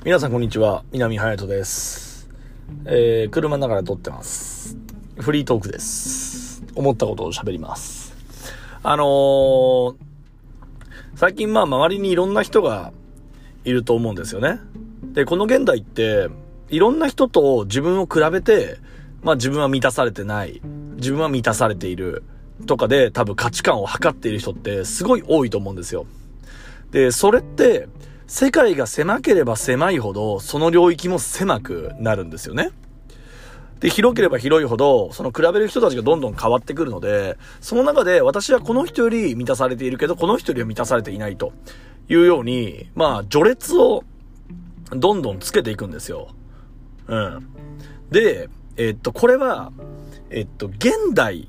皆さんこんにちは、南隼人です。車の中で撮ってます。フリートークです。思ったことを喋ります。最近周りにいろんな人がいると思うんですよね。で、この現代っていろんな人と自分を比べて、自分は満たされてない、自分は満たされているとかで多分価値観を測っている人ってすごい多いと思うんですよ。で、それって世界が狭ければ狭いほどその領域も狭くなるんですよね。で、広ければ広いほどその比べる人たちがどんどん変わってくるので、その中で私はこの人より満たされているけどこの人よりは満たされていないというように、序列をどんどんつけていくんですよ。で、これは現代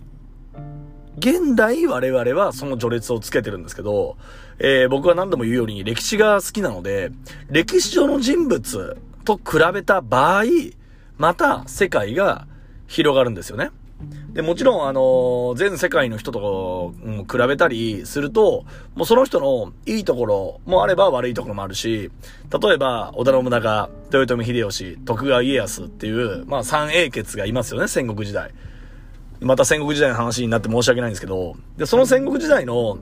我々はその序列をつけてるんですけど、僕は何度も言うように歴史が好きなので、歴史上の人物と比べた場合、また世界が広がるんですよね。で、もちろん全世界の人と比べたりすると、もうその人のいいところもあれば悪いところもあるし、例えば織田信長、豊臣秀吉、徳川家康っていう三英傑がいますよね、戦国時代。また戦国時代の話になって申し訳ないんですけど、で、その戦国時代の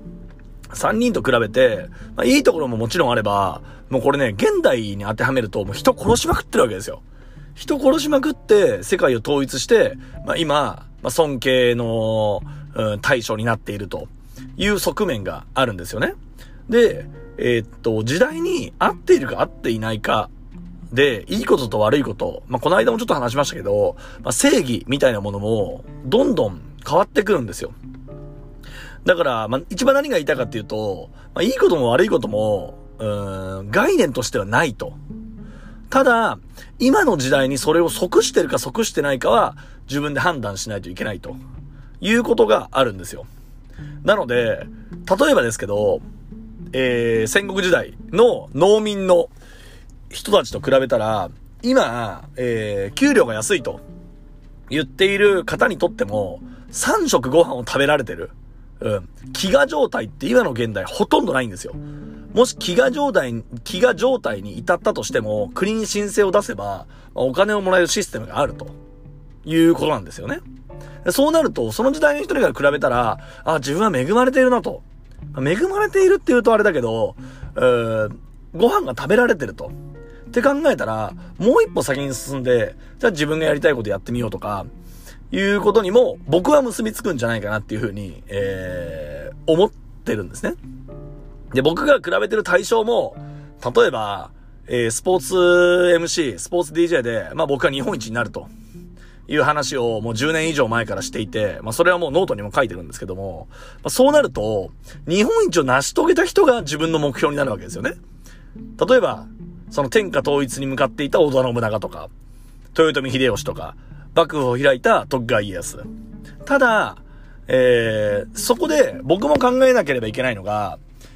3人と比べて、いいところももちろんあれば、もうこれね、現代に当てはめると、もう人殺しまくってるわけですよ。人殺しまくって世界を統一して、今、尊敬の、対象になっているという側面があるんですよね。で、時代に合っているか合っていないかで、いいことと悪いこと、この間もちょっと話しましたけど、正義みたいなものもどんどん変わってくるんですよ。だから、一番何が言いたいかっていうと、いいことも悪いことも、概念としてはないと。ただ、今の時代にそれを即してるか即してないかは自分で判断しないといけないということがあるんですよ。なので、例えばですけど、戦国時代の農民の人たちと比べたら、今、給料が安いと言っている方にとっても、3食ご飯を食べられてる。飢餓状態って今の現代ほとんどないんですよ。もし飢餓状態に至ったとしても、国に申請を出せば、お金をもらえるシステムがあるということなんですよね。そうなると、その時代の人から比べたら、自分は恵まれているなと。恵まれているって言うとあれだけど、ご飯が食べられてると。って考えたら、もう一歩先に進んで、じゃあ自分がやりたいことやってみようとか、いうことにも僕は結びつくんじゃないかなっていうふうに、思ってるんですね。で、僕が比べてる対象も、例えば、スポーツ MC、スポーツ DJ で、僕は日本一になるという話をもう10年以上前からしていて、それはもうノートにも書いてるんですけども、そうなると、日本一を成し遂げた人が自分の目標になるわけですよね。例えば、その天下統一に向かっていた織田信長とか、豊臣秀吉とか、幕府を開いた徳川家康。ただ、そこで僕も考えなければいけないのが、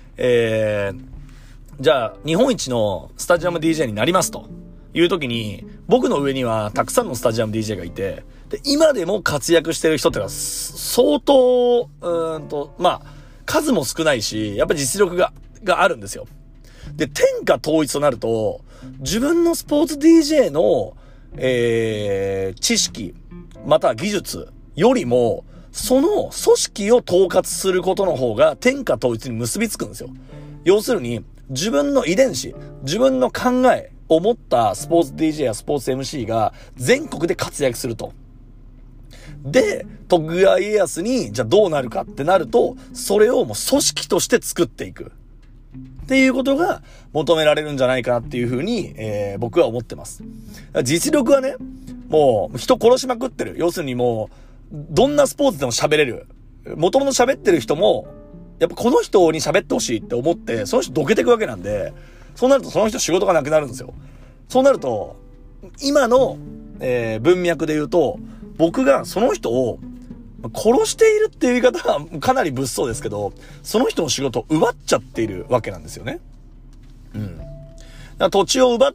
じゃあ日本一のスタジアム DJ になりますという時に、僕の上にはたくさんのスタジアム DJ がいて、で今でも活躍してる人ってのは相当数も少ないし、やっぱり実力があるんですよ。で、天下統一となると、自分のスポーツ DJ の、知識、または技術よりも、その組織を統括することの方が天下統一に結びつくんですよ。要するに、自分の遺伝子、自分の考えを持ったスポーツ DJ やスポーツ MC が全国で活躍すると。で、徳川家康に、じゃあどうなるかってなると、それをもう組織として作っていく。っていうことが求められるんじゃないかなっていうふうに、僕は思ってます。実力はね、もう人殺しまくってる。要するにもう、どんなスポーツでも喋れる。もともと喋ってる人も、やっぱこの人に喋ってほしいって思って、その人どけていくわけなんで、そうなるとその人仕事がなくなるんですよ。そうなると、今の、文脈で言うと、僕がその人を殺しているっていう言い方はかなり物騒ですけど、その人の仕事を奪っちゃっているわけなんですよね。だから土地を奪って、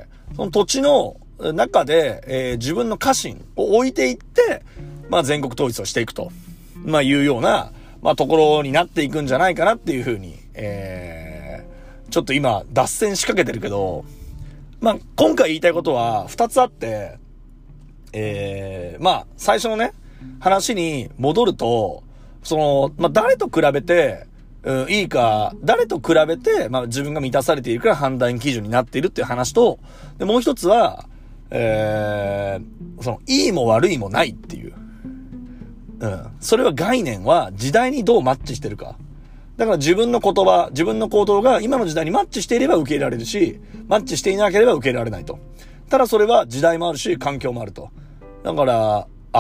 その土地の中で、自分の家臣を置いていって、全国統一をしていくと、いうような、ところになっていくんじゃないかなっていうふうに、ちょっと今脱線しかけてるけど、 まあ、今回言いたいことは2つあって、まあ、最初のね、話に戻ると、まあ、誰と比べて、いいか、誰と比べて、まあ、自分が満たされているから判断基準になっているっていう話と、で、もう一つは、いいも悪いもないっていう。それは概念は時代にどうマッチしてるか。だから自分の言葉、自分の行動が今の時代にマッチしていれば受け入れられるし、マッチしていなければ受け入れられないと。ただそれは時代もあるし、環境もあると。だから、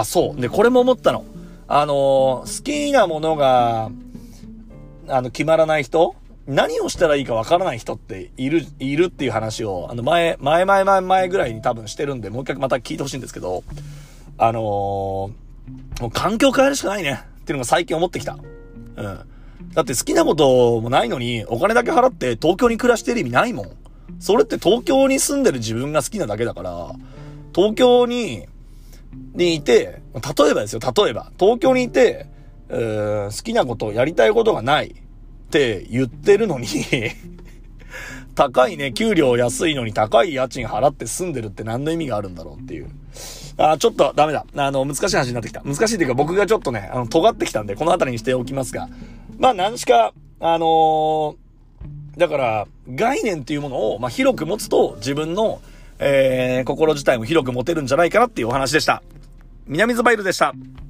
そう。で、これも思ったの。好きなものが、決まらない人、何をしたらいいかわからない人っているっていう話を、前ぐらいに多分してるんで、もう一回また聞いてほしいんですけど、もう環境変えるしかないねっていうのが最近思ってきた。だって好きなこともないのに、お金だけ払って東京に暮らしてる意味ないもん。それって東京に住んでる自分が好きなだけだから、東京にいて、例えばですよ、東京にいて、好きなこと、やりたいことがないって言ってるのに、高いね、給料安いのに高い家賃払って住んでるって何の意味があるんだろうっていう。ちょっとダメだ。難しい話になってきた。難しいっていうか僕がちょっとね、尖ってきたんで、このあたりにしておきますが。まあ、何しか、だから、概念っていうものを、まあ、広く持つと、自分の、心自体も広く持てるんじゃないかなっていうお話でした。南ズバイルでした。